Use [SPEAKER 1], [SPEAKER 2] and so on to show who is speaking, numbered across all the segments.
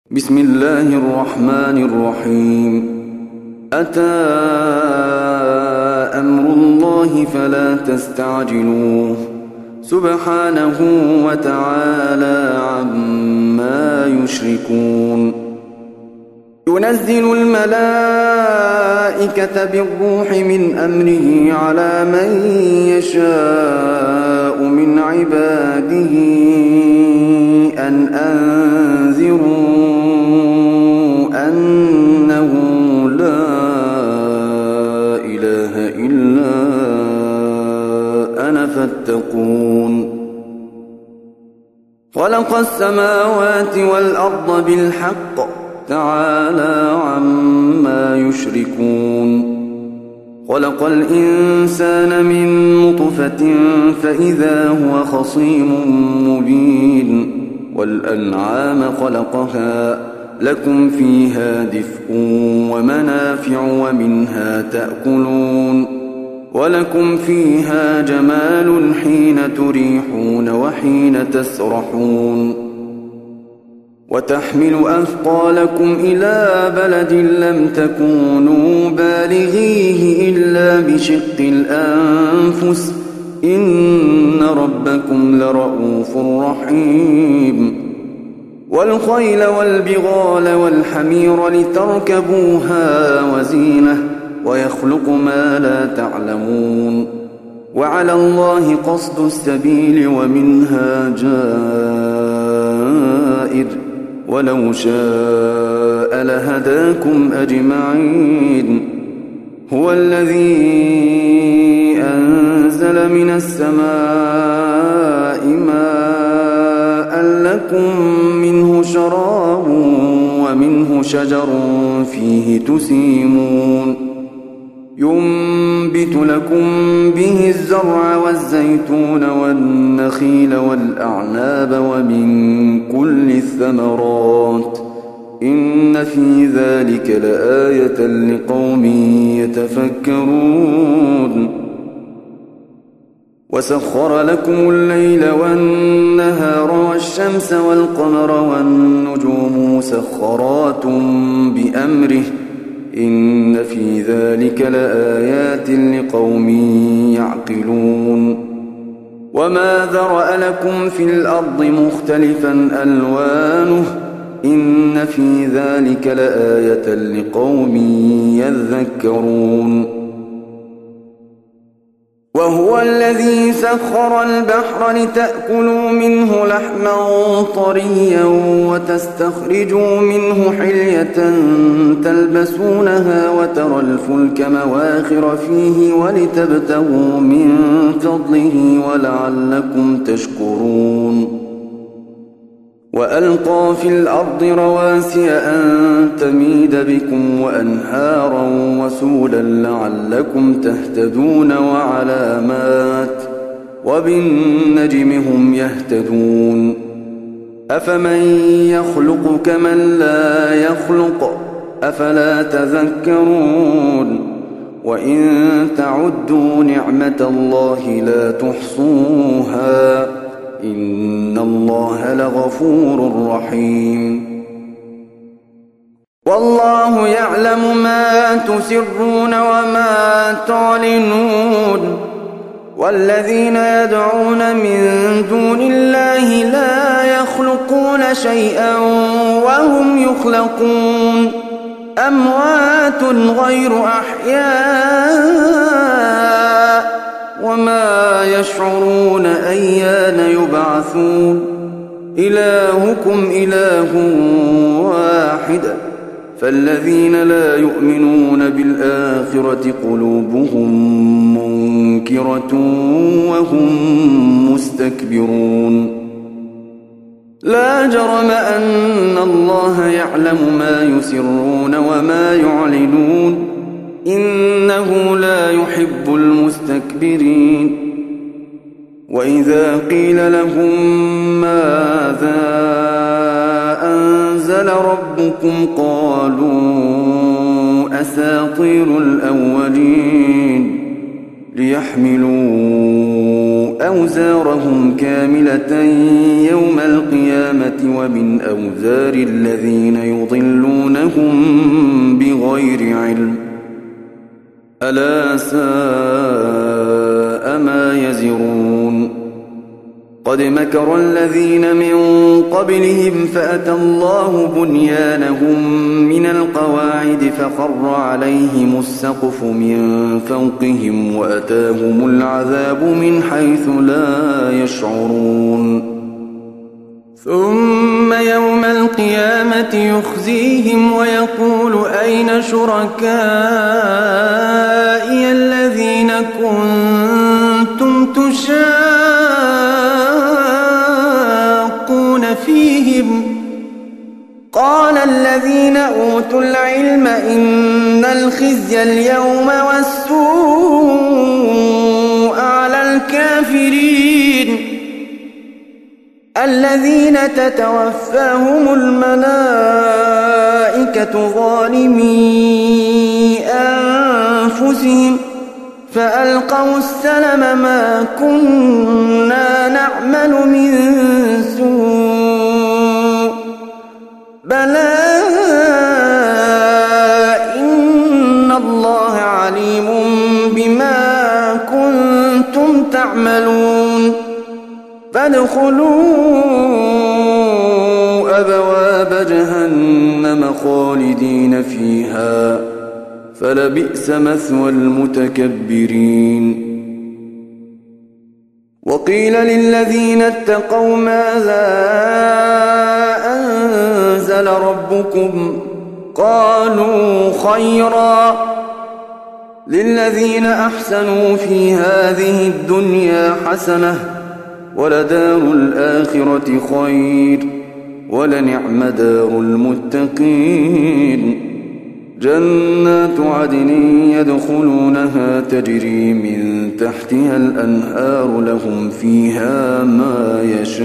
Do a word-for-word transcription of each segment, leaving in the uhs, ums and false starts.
[SPEAKER 1] بسم الله الرحمن الرحيم. أتى أمر الله فلا تستعجلوه سبحانه وتعالى عما يشركون. ينزل الملائكة بالروح من أمره على من يشاء من عباده أن أنذروا أنه لا إله إلا أنا فاتقون. خلق السماوات والأرض بالحق تعالى عما يشركون. خلق الإنسان من نطفة فإذا هو خصيم مبين. والأنعام خلقها لكم فيها دفء ومنافع ومنها تأكلون ولكم فيها جمال حين تريحون وحين تسرحون. وتحمل أثقالكم إلى بلد لم تكونوا بالغيه إلا بشق الأنفس إن ربكم لرؤوف رحيم. والخيل والبغال والحمير لتركبوها وزينة ويخلق ما لا تعلمون. وعلى الله قصد السبيل ومنها جائر ولو شاء لهداكم أجمعين. هو الذي أنزل من السماء ماء لكم منه شراب ومنه شجر فيه تسيمون. ينبت لكم به الزرع والزيتون والنخيل والأعناب ومن كل الثمرات إن في ذلك لآية لقوم يتفكرون. وسخر لكم الليل والنهار والشمس والقمر والنجوم مسخرات بأمره إن في ذلك لآيات لقوم يعقلون. وما ذرأ لكم في الأرض مختلفا ألوانه إن في ذلك لآية لقوم يذكرون. وهو الذي سخر البحر لتأكلوا منه لحما طريا وتستخرجوا منه حلية تلبسونها وترى الفلك مواخر فيه ولتبتغوا من فضله ولعلكم تشكرون. وألقى في الأرض رواسي أن تميد بكم وأنهارا وسولا لعلكم تهتدون وعلامات وبالنجم هم يهتدون. أفمن يخلق كمن لا يخلق أفلا تذكرون. وإن تعدوا نعمة الله لا تحصوها إن الله لغفور رحيم. والله يعلم ما تسرون وما تعلنون. والذين يدعون من دون الله لا يخلقون شيئا وهم يخلقون أموات غير أحياء وما يشعرون أيان يبعثون. إلهكم إله واحد فالذين لا يؤمنون بالآخرة قلوبهم منكرة وهم مستكبرون. لا جرم أن الله يعلم ما يسرون وما يعلنون إنه لا يحب المستكبرين. وإذا قيل لهم ماذا أنزل ربكم قالوا أساطير الأولين ليحملوا أوزارهم كاملة يوم القيامة ومن أوزار الذين يضلونهم بغير علم ألا ساء ما يزرون قد مكر الذين من قبلهم فأتى الله بنيانهم من القواعد فخر عليهم السقف من فوقهم وأتاهم العذاب من حيث لا يشعرون ثم يوم القيامة يخزيهم ويقول أين شركائي الذين كنتم تشاقون فيهم قال الذين أوتوا العلم إن الخزي اليوم والسوء على الكافرين الذين تتوفاهم الملائكة ظالمي أنفسهم فألقوا السلم ما كنا نعمل من سوء بلى إن الله عليم بما كنتم تعملون فادخلوا أبواب جهنم خالدين فيها فلبئس مثوى المتكبرين وقيل للذين اتقوا ماذا أنزل ربكم قالوا خيرا للذين أحسنوا في هذه الدنيا حسنة ولدار الآخرة خير ولنعم دار المتقين جنات عدن يدخلونها تجري من تحتها الأنهار لهم فيها ما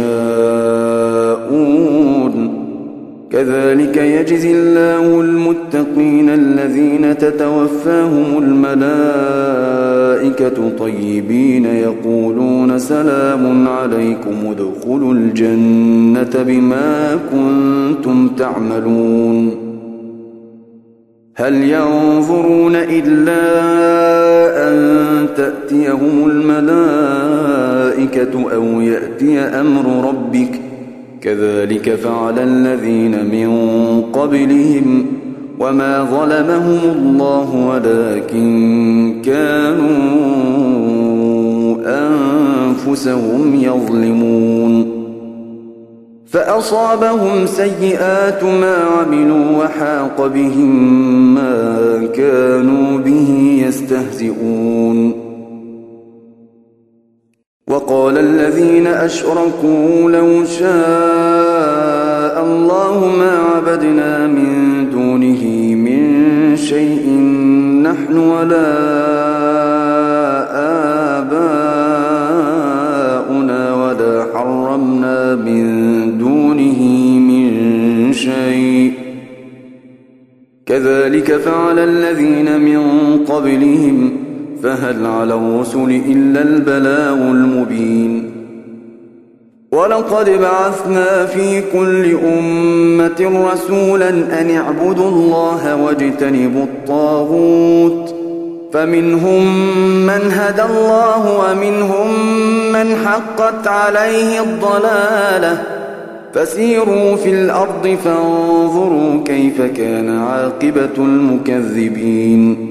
[SPEAKER 1] يشاءون كذلك يجزي الله المتقين الذين تتوفاهم الملائكة طيبين يقولون سلام عليكم ادخلوا الجنة بما كنتم تعملون هل ينظرون إلا أن تأتيهم الملائكة أو يأتي أمر ربك كذلك فعل الذين من قبلهم وما ظلمهم الله ولكن كانوا أنفسهم يظلمون فأصابهم سيئات ما عملوا وحاق بهم ما كانوا به يستهزئون وقال الذين أشركوا لو شاء الله ما عبدنا من دونه من شيء نحن ولا آباؤنا ولا حرمنا من دونه من شيء كذلك فعل الذين من قبلهم فهل على الرسل إلا البلاغ المبين ولقد بعثنا في كل أمة رسولا أن اعبدوا الله واجتنبوا الطاغوت فمنهم من هدى الله ومنهم من حقت عليه الضلالة فسيروا في الأرض فانظروا كيف كان عاقبة المكذبين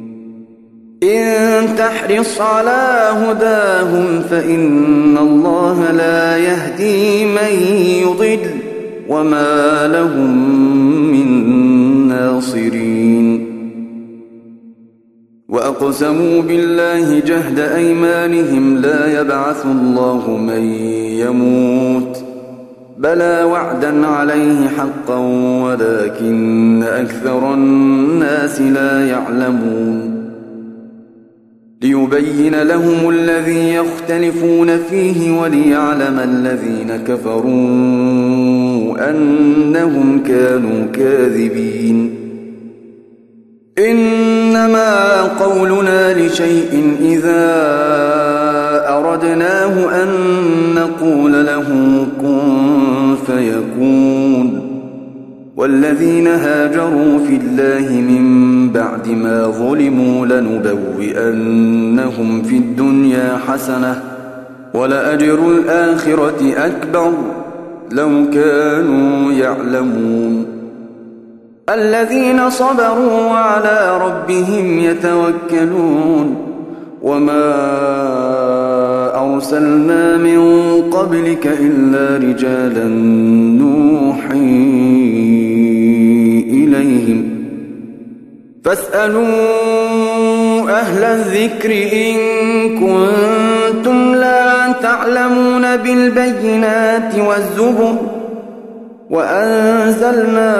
[SPEAKER 1] إن تحرص على هداهم فإن الله لا يهدي من يضل وما لهم من ناصرين وأقسموا بالله جهد أيمانهم لا يبعث الله من يموت بلى وعدا عليه حقا ولكن أكثر الناس لا يعلمون ليبين لهم الذي يختلفون فيه وليعلم الذين كفروا أنهم كانوا كاذبين إنما قولنا لشيء إذا أردناه أن نقول له كن فيكون. والذين هاجروا في الله من بعد ما ظلموا لنبوئنهم في الدنيا حسنة ولأجر الآخرة أكبر لو كانوا يعلمون. الذين صبروا وعلى ربهم يتوكلون. وما أرسلنا من قبلك إلا رجالا نوحي إليهم فاسألوا أهل الذكر إن كنتم لا تعلمون بالبينات والزبر وأنزلنا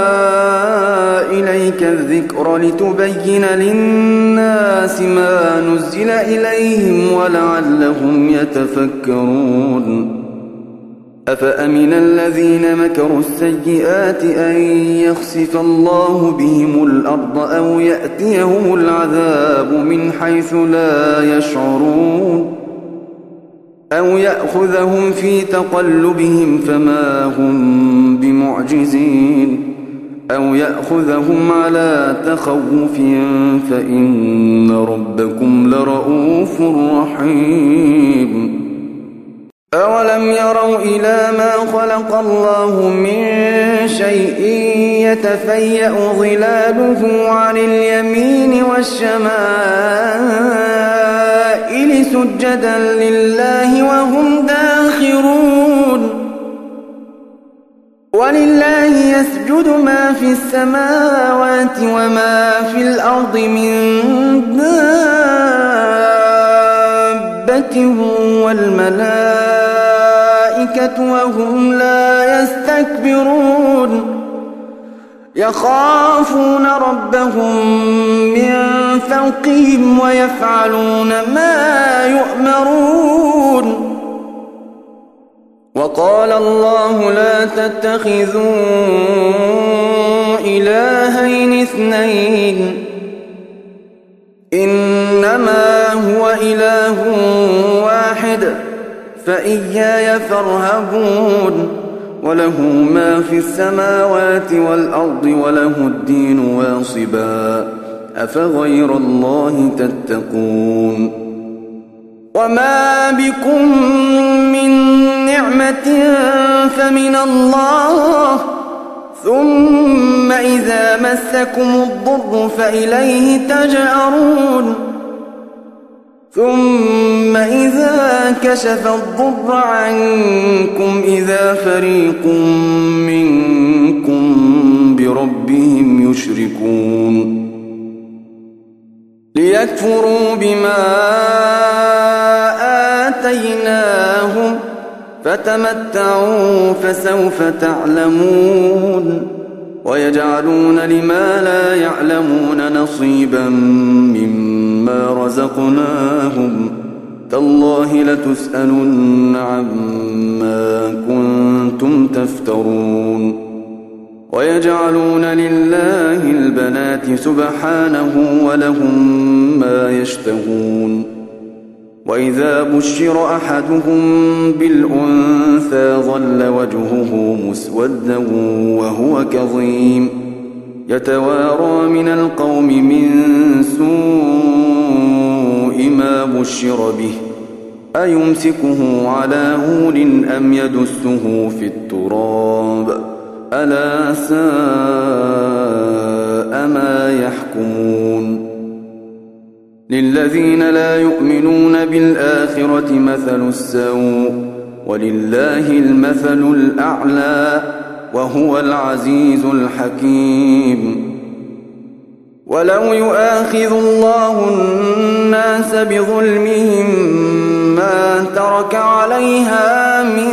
[SPEAKER 1] إليك الذكر لتبين للناس ما نزل إليهم ولعلهم يتفكرون. أفأمن الذين مكروا السيئات أن يخسف الله بهم الأرض أو يأتيهم العذاب من حيث لا يشعرون أو يأخذهم في تقلبهم فما هم بمعجزين أو يأخذهم على تخوف فإن ربكم لرؤوف رحيم. أولم يروا إلى ما خلق الله من شيء يتفيأ ظلاله عن اليمين والشمائل سجدا لله وهم داخرون. ولله يسجد ما في السماوات وما في الأرض من دابة والملائكة وهم لا يستكبرون يخافون ربهم من فوقهم ويفعلون ما يؤمرون. وقال الله لا تتخذوا إلهين اثنين إنما هو إله واحد فإياي فارهبون. وله ما في السماوات والأرض وله الدين واصبا أفغير الله تتقون. وما بكم من نعمة فمن الله ثم إذا مسكم الضر فإليه تجأرون ثم إذا كشف الضر عنكم إذا فريق منكم بربهم يشركون ليكفروا بما آتيناهم فتمتعوا فسوف تعلمون. ويجعلون لما لا يعلمون نصيبا مما رزقناهم تالله لتسألن عما كنتم تفترون. ويجعلون لله البنات سبحانه ولهم ما يشتهون. وإذا بشر أحدهم بالأنثى ظل وجهه مسودا وهو كظيم يتوارى من القوم من سوء ما بشر به أيمسكه على هون أم يدسه في التراب ألا ساء ما يحكمون. للذين لا يؤمنون بالآخرة مثل السوء ولله المثل الأعلى وهو العزيز الحكيم. ولو يؤاخذ الله الناس بظلمهم ما ترك عليها من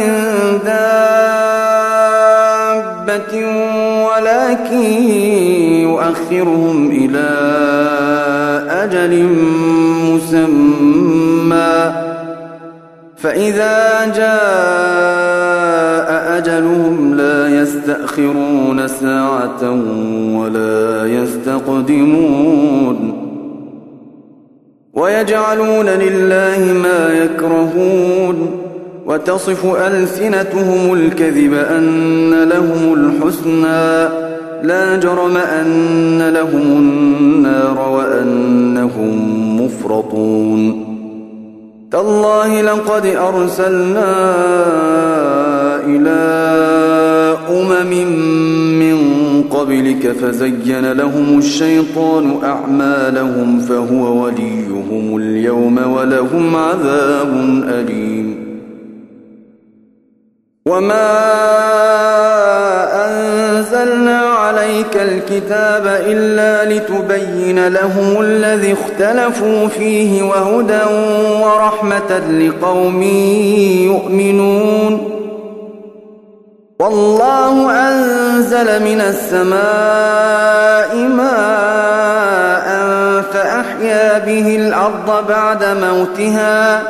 [SPEAKER 1] دابة ولكن يؤخرهم إلى أجل مسمى فإذا جاء أجلهم لا يستأخرون ساعة ولا يستقدمون ويجعلون لله ما يكرهون وتصف ألسنتهم الكذب أن لهم الحسنى لا جرم أن لهم النار وأنهم مفرطون تالله لقد أرسلنا إلى أمم من قبلك فزين لهم الشيطان أعمالهم فهو وليهم اليوم ولهم عذاب أليم وما أنزلنا عليك الكتاب إلا لتبين لهم الذي اختلفوا فيه وهدى ورحمة لقوم يؤمنون والله أنزل من السماء ماء فأحيا به الأرض بعد موتها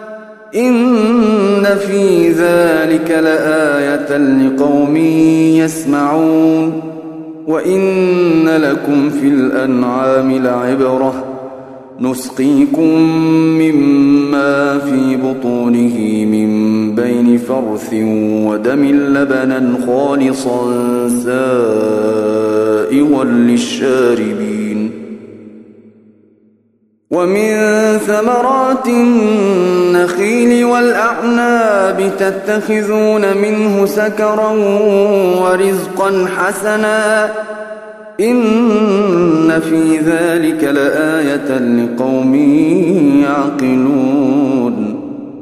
[SPEAKER 1] إن في ذلك لآية لقوم يسمعون وإن لكم في الأنعام لعبرة نسقيكم مما في بطونه من بين فرث ودم لبنا خالصا سائغا للشاربين ومن ثمرات النخيل والأعناب تتخذون منه سكرا ورزقا حسنا إن في ذلك لآية لقوم يعقلون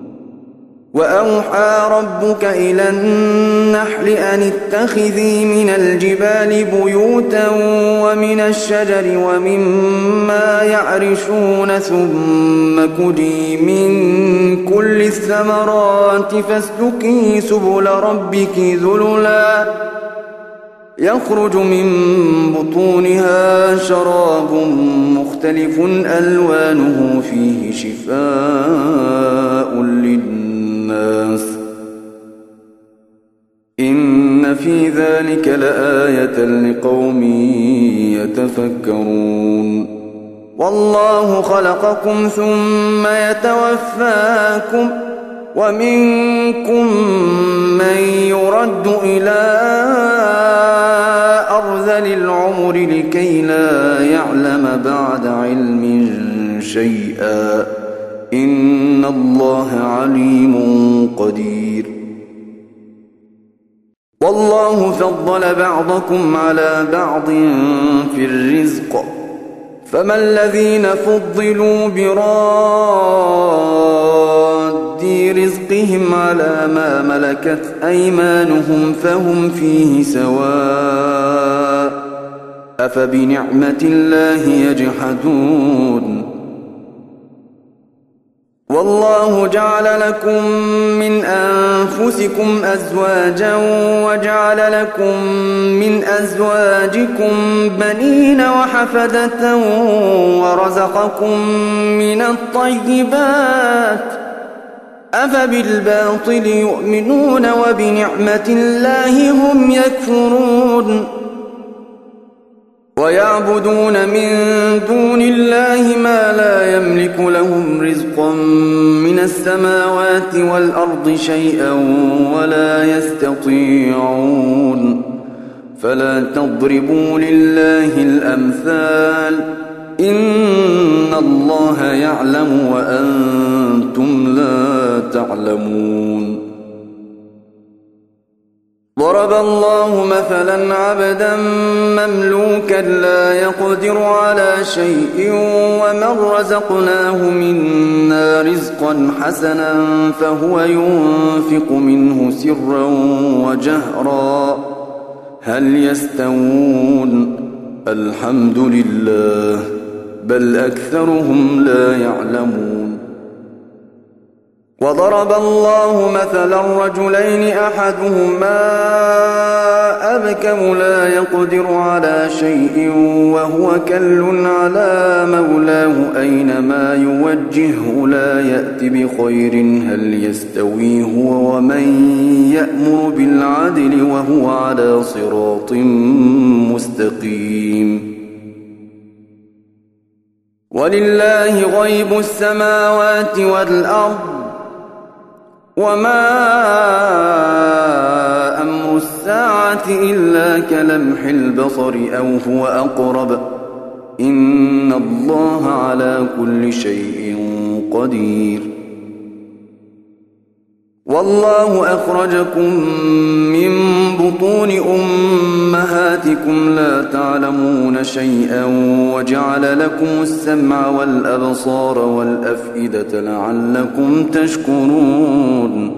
[SPEAKER 1] وأوحى ربك إلى النحل أن اتخذي من الجبال بيوتا ومن الشجر ومما يعرشون ثم كلي من كل الثمرات فاسلكي سبل ربك ذللا يخرج من بطونها شراب مختلف ألوانه فيه شفاء للناس إن في ذلك لآية لقوم يتفكرون والله خلقكم ثم يتوفاكم ومنكم من يرد إلى أرذل العمر لكي لا يعلم بعد علم شيئا إن الله عليم قدير والله فضل بعضكم على بعض في الرزق فما الذين فضلوا براد رزقهم على ما ملكت أيمانهم فهم فيه سواء أفبنعمة الله يجحدون والله جعل لكم من أنفسكم أزواجا وجعل لكم من أزواجكم بنين وحفدة ورزقكم من الطيبات أفبالباطل يؤمنون وبنعمة الله هم يكفرون ويعبدون من دون الله ما لا يملك لهم رزقا من السماوات والأرض شيئا ولا يستطيعون فلا تضربوا لله الأمثال إن الله يعلم وأنتم لا تعلمون ضرب الله مثلا عبدا مملوكا لا يقدر على شيء ومن رزقناه منا رزقا حسنا فهو ينفق منه سرا وجهرا هل يستوون الحمد لله بل أكثرهم لا يعلمون وضرب الله مثلا رجلين أحدهما أبكم لا يقدر على شيء وهو كل على مولاه أينما يوجهه لا يأت بخير هل يستوي هو ومن يأمر بالعدل وهو على صراط مستقيم ولله غيب السماوات والأرض وما أمر الساعة إلا كلمح البصر أو هو أقرب إن الله على كل شيء قدير والله أخرجكم من بطون أمهاتكم لا تعلمون شيئا وجعل لكم السمع والأبصار والأفئدة لعلكم تشكرون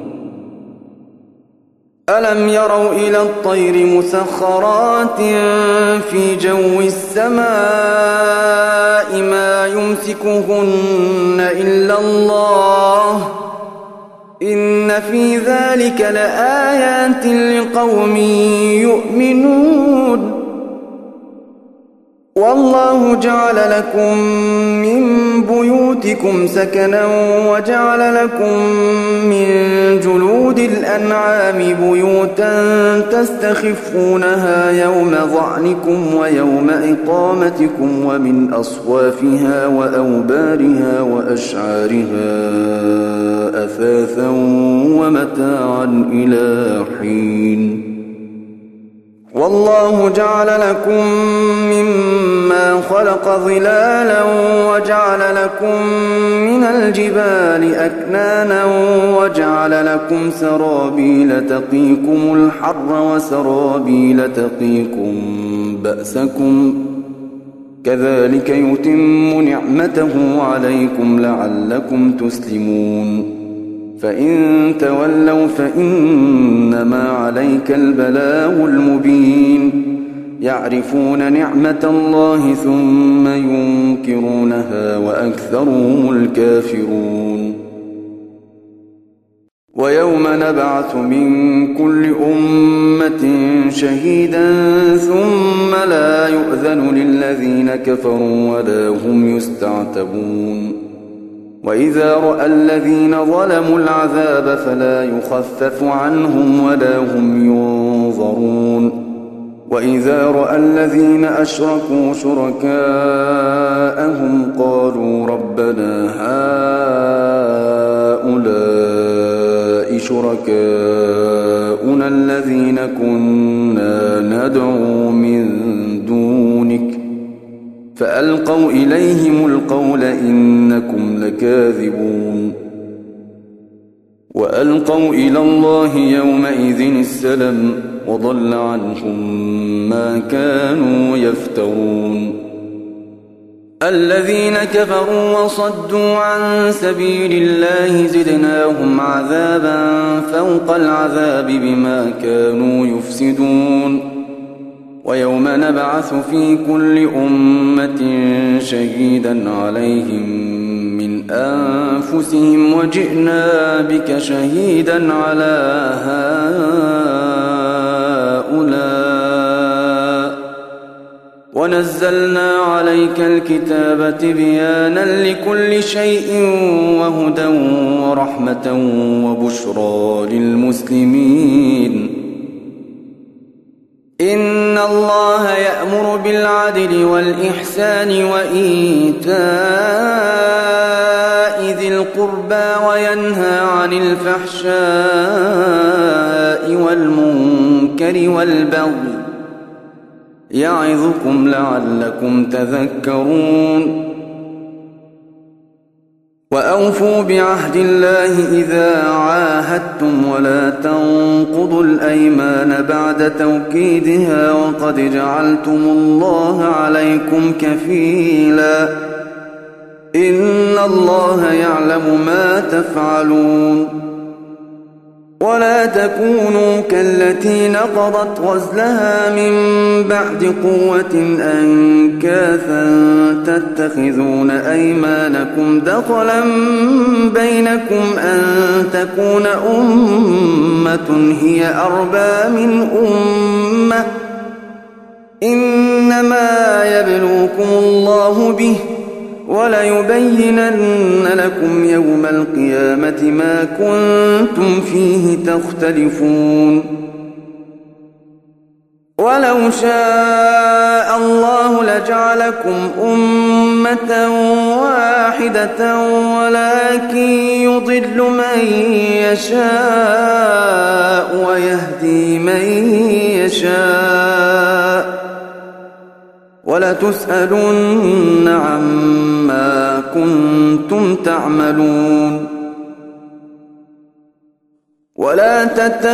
[SPEAKER 1] ألم يروا إلى الطير مسخرات في جو السماء ما يمسكهن إلا الله إن في ذلك لآيات لقوم يؤمنون والله جعل لكم من بيوتكم سكنا وجعل لكم من جلود الأنعام بيوتا تستخفونها يوم ظعنكم ويوم إقامتكم ومن أصوافها وأوبارها وأشعارها أثاثا ومتاعا إلى حين والله جعل لكم مما خلق ظلالا وجعل لكم من الجبال أكنانا وجعل لكم سرابيل تقيكم الحر وسرابيل تقيكم بأسكم كذلك يتم نعمته عليكم لعلكم تسلمون فإن تولوا فإنما عليك البلاغ المبين يعرفون نعمة الله ثم ينكرونها وأكثرهم الكافرون ويوم نبعث من كل أمة شهيدا ثم لا يؤذن للذين كفروا ولا هم يستعتبون وإذا رأى الذين ظلموا العذاب فلا يخفف عنهم ولا هم ينظرون وإذا رأى الذين أشركوا شركاءهم قالوا ربنا هؤلاء شركاؤنا الذين كنا ندعو من دونك فألقوا إليهم القول إنكم لكاذبون وألقوا إلى الله يومئذ السلم وضل عنهم ما كانوا يفترون الذين كفروا وصدوا عن سبيل الله زدناهم عذابا فوق العذاب بما كانوا يفسدون ويوم نبعث في كل أمة شهيدا عليهم من أنفسهم وجئنا بك شهيدا على هؤلاء ونزلنا عليك الكتاب تبيانا لكل شيء وهدى ورحمة وبشرى للمسلمين إن الله يأمر بالعدل والإحسان وإيتاء ذي القربى وينهى عن الفحشاء والمنكر والبغي يعظكم لعلكم تذكرون وأوفوا بعهد الله إذا عاهدتم ولا تنقضوا الأيمان بعد توكيدها وقد جعلتم الله عليكم كفيلا إن الله يعلم ما تفعلون ولا تكونوا كالتي نقضت غزلها من بعد قوة أنكاثا تتخذون أيمانكم دخلا بينكم أن تكون أمة هي أربى من أمة إنما يبلوكم الله به وليبينن لكم يوم القيامة ما كنتم فيه تختلفون ولو شاء الله لجعلكم أمة واحدة ولكن يضل من يشاء ويهدي من يشاء ولتسألن عما كنتم تعملون ولا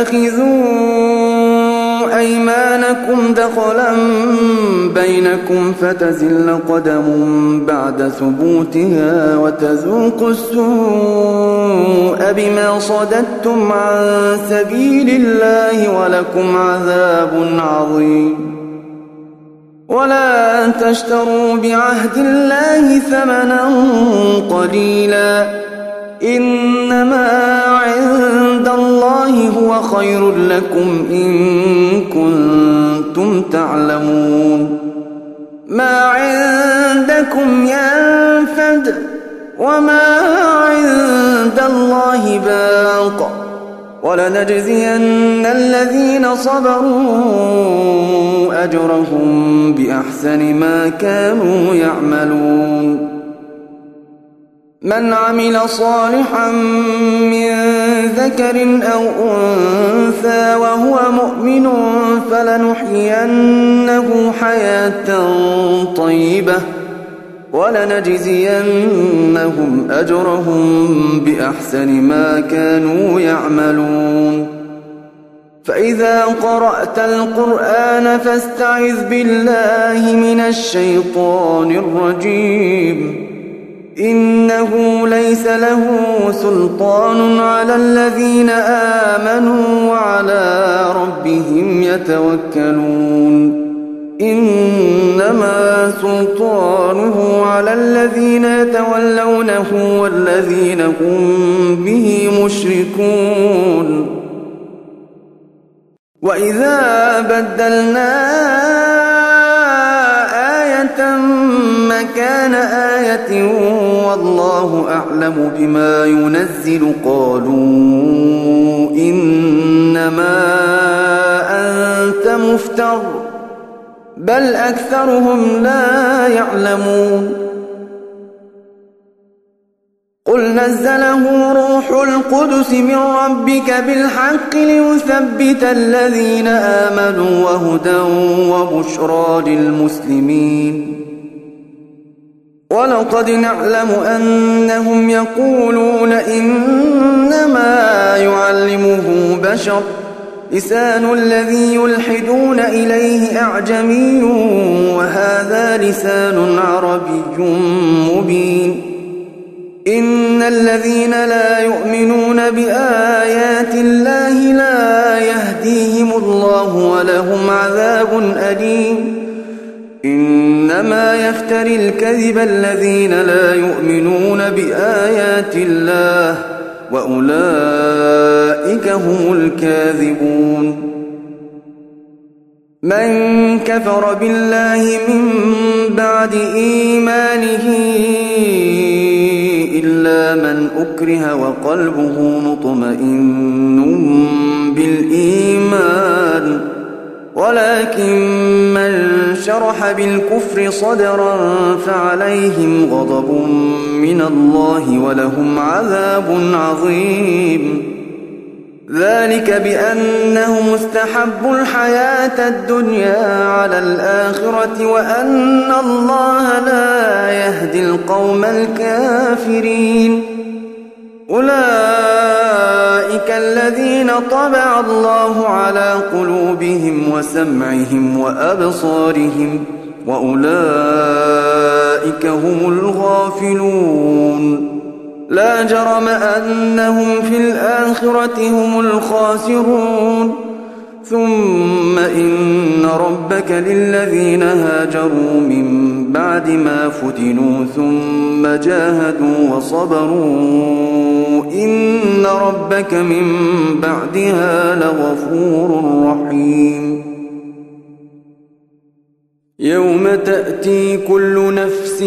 [SPEAKER 1] تتخذوا أيمانكم دخلا بينكم فتزل قدم بعد ثبوتها وتذوقوا السوء بما صددتم عن سبيل الله ولكم عذاب عظيم ولا تشتروا بعهد الله ثمنا قليلا إنما عند الله هو خير لكم إن كنتم تعلمون ما عندكم ينفد وما عند الله باق ولنجزين الذين صبروا أجرهم بأحسن ما كانوا يعملون من عمل صالحا من ذكر أو أنثى وهو مؤمن فلنحيينه حياة طيبة ولنجزينهم أجرهم بأحسن ما كانوا يعملون فإذا قرأت القرآن فاستعذ بالله من الشيطان الرجيم إنه ليس له سلطان على الذين آمنوا وعلى ربهم يتوكلون إنما سلطانه على الذين يتولونه والذين هم به مشركون وإذا بدلنا آية مكان آية والله أعلم بما ينزل قالوا إنما أنت مفتر بل أكثرهم لا يعلمون قل نزله روح القدس من ربك بالحق ليثبت الذين آمنوا وهدى وبشرى للمسلمين ولقد نعلم أنهم يقولون إنما يعلمه بشر لسان الذي يلحدون إليه أعجمي وهذا لسان عربي مبين إن الذين لا يؤمنون بآيات الله لا يهديهم الله ولهم عذاب أليم إنما يفتري الكذب الذين لا يؤمنون بآيات الله وأولئك هم الكاذبون من كفر بالله من بعد إيمانه إلا من أكره وقلبه مطمئن بالإيمان ولكن من شرح بالكفر صدرا فعليهم غضب من الله ولهم عذاب عظيم ذلك بأنهم استحبوا الحياة الدنيا على الآخرة وأن الله لا يهدي القوم الكافرين أولئك الذين طبع الله على قلوبهم وسمعهم وأبصارهم وأولئك هم الغافلون لا جرم أنهم في الآخرة هم الخاسرون ثم إن ربك للذين هاجروا من بعد ما فتنوا ثم جاهدوا وصبروا إن ربك من بعدها لغفور رحيم يوم تأتي كل نفس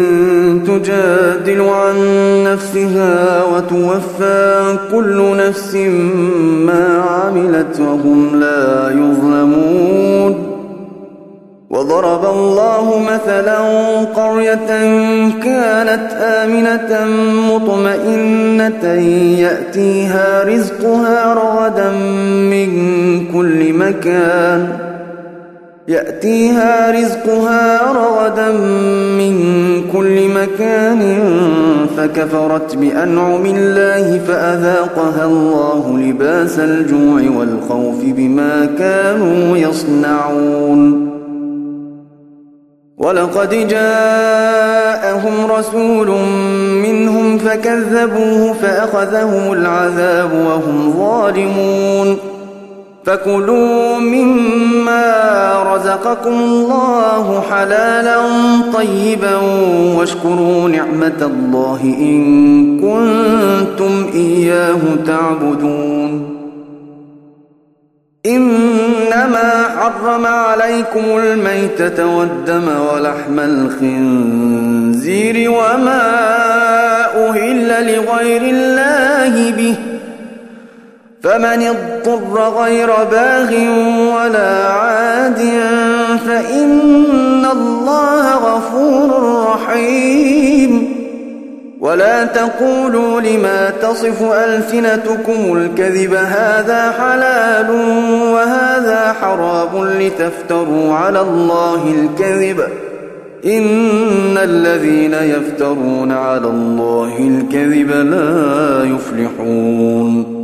[SPEAKER 1] تجادل عن نفسها وتوفى كل نفس ما عملت وهم لا يظلمون وضرب الله مثلا قرية كانت آمنة مطمئنة يأتيها رزقها رغدا من كل مكان يأتيها رزقها رغدا من كل مكان فكفرت بأنعم الله فأذاقها الله لباس الجوع والخوف بما كانوا يصنعون ولقد جاءهم رسول منهم فكذبوه فأخذهم العذاب وهم ظالمون فكلوا مما رزقكم الله حلالا طيبا واشكروا نعمة الله إن كنتم إياه تعبدون إنما حرم عليكم الميتة والدم ولحم الخنزير وما أهل لغير الله به فمن اضطر غير باغ ولا عاد فإن الله غفور رحيم ولا تقولوا لما تصف ألسنتكم الكذب هذا حلال وهذا حرام لتفتروا على الله الكذب إن الذين يفترون على الله الكذب لا يفلحون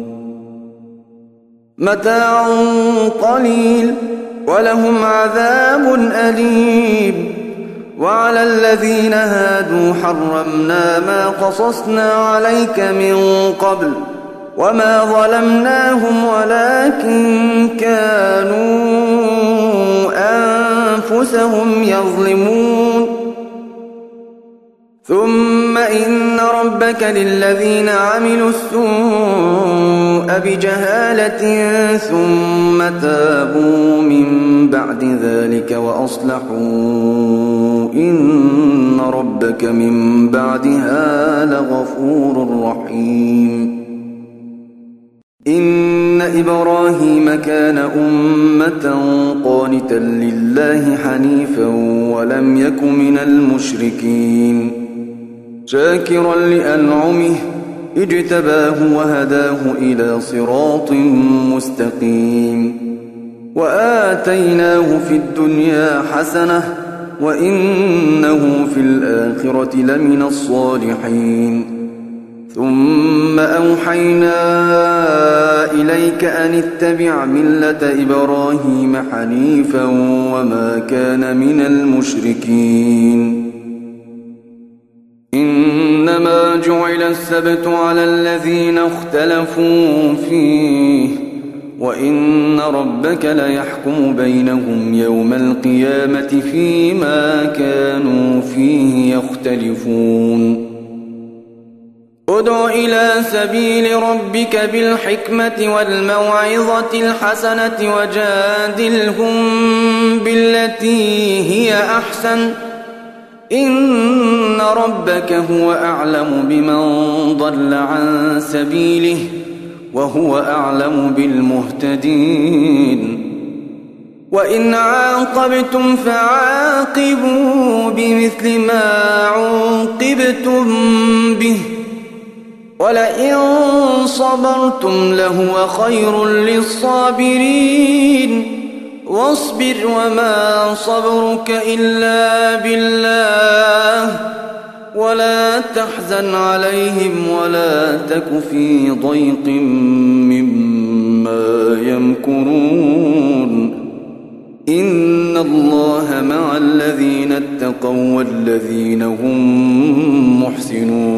[SPEAKER 1] متاع قليل ولهم عذاب أليم وعلى الذين هادوا حرمنا ما قصصنا عليك من قبل وما ظلمناهم ولكن كانوا أنفسهم يظلمون ثم إن ربك للذين عملوا السوء بجهالة ثم تابوا من بعد ذلك وأصلحوا إن ربك من بعدها لغفور رحيم إن إبراهيم كان أمة قانتا لله حنيفا ولم يك من المشركين شاكرا لأنعمه اجتباه وهداه إلى صراط مستقيم وآتيناه في الدنيا حسنة وإنه في الآخرة لمن الصالحين ثم أوحينا إليك أن اتبع ملة إبراهيم حنيفا وما كان من المشركين إنما جعل السبت على الذين اختلفوا فيه وإن ربك ليحكم بينهم يوم القيامة فيما كانوا فيه يختلفون ادع إلى سبيل ربك بالحكمة والموعظة الحسنة وجادلهم بالتي هي أحسن إن ربك هو أعلم بمن ضل عن سبيله وهو أعلم بالمهتدين وإن عاقبتم فعاقبوا بمثل ما عوقبتم به ولئن صبرتم لهو خير للصابرين واصبر وما صبرك إلا بالله ولا تحزن عليهم ولا تك في ضيق مما يمكرون إن الله مع الذين اتقوا والذين هم محسنون